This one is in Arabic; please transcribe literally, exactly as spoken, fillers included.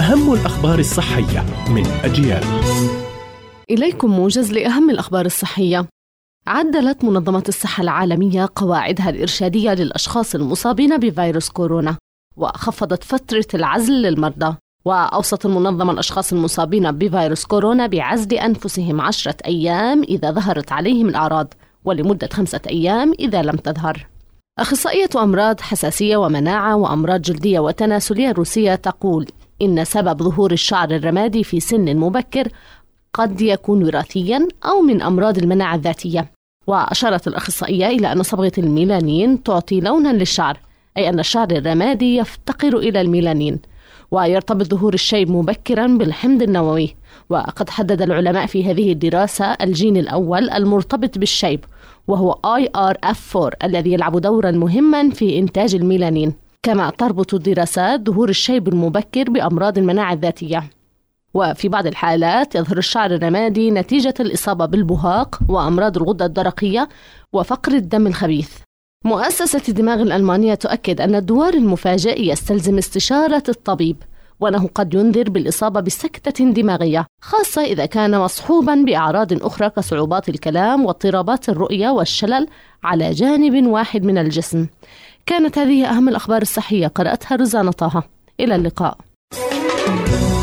أهم الأخبار الصحية من أجيال. إليكم موجز لأهم الأخبار الصحية. عدلت منظمة الصحة العالمية قواعدها الإرشادية للأشخاص المصابين بفيروس كورونا، وخفضت فترة العزل للمرضى. وأوصت المنظمة الأشخاص المصابين بفيروس كورونا بعزل أنفسهم عشرة أيام إذا ظهرت عليهم الأعراض، ولمدة خمسة أيام إذا لم تظهر. أخصائية أمراض حساسية ومناعة وأمراض جلدية وتناسلية روسية تقول إن سبب ظهور الشعر الرمادي في سن مبكر قد يكون وراثيا أو من أمراض المناعة الذاتية. وأشارت الأخصائية إلى أن صبغة الميلانين تعطي لونا للشعر، أي أن الشعر الرمادي يفتقر إلى الميلانين، ويرتبط ظهور الشيب مبكرا بالحمض النووي. وقد حدد العلماء في هذه الدراسة الجين الأول المرتبط بالشيب، وهو آي آر إف أربعة الذي يلعب دورا مهما في إنتاج الميلانين. كما تربط الدراسات ظهور الشيب المبكر بأمراض المناعة الذاتية. وفي بعض الحالات يظهر الشعر الرمادي نتيجة الإصابة بالبهاق وأمراض الغدة الدرقية وفقر الدم الخبيث. مؤسسة الدماغ الألمانية تؤكد أن الدوار المفاجئ يستلزم استشارة الطبيب، وأنه قد ينذر بالإصابة بسكتة دماغية، خاصة إذا كان مصحوبا بأعراض أخرى كصعوبات الكلام واضطرابات الرؤية والشلل على جانب واحد من الجسم. كانت هذه أهم الأخبار الصحية، قرأتها رزانة طه. إلى اللقاء.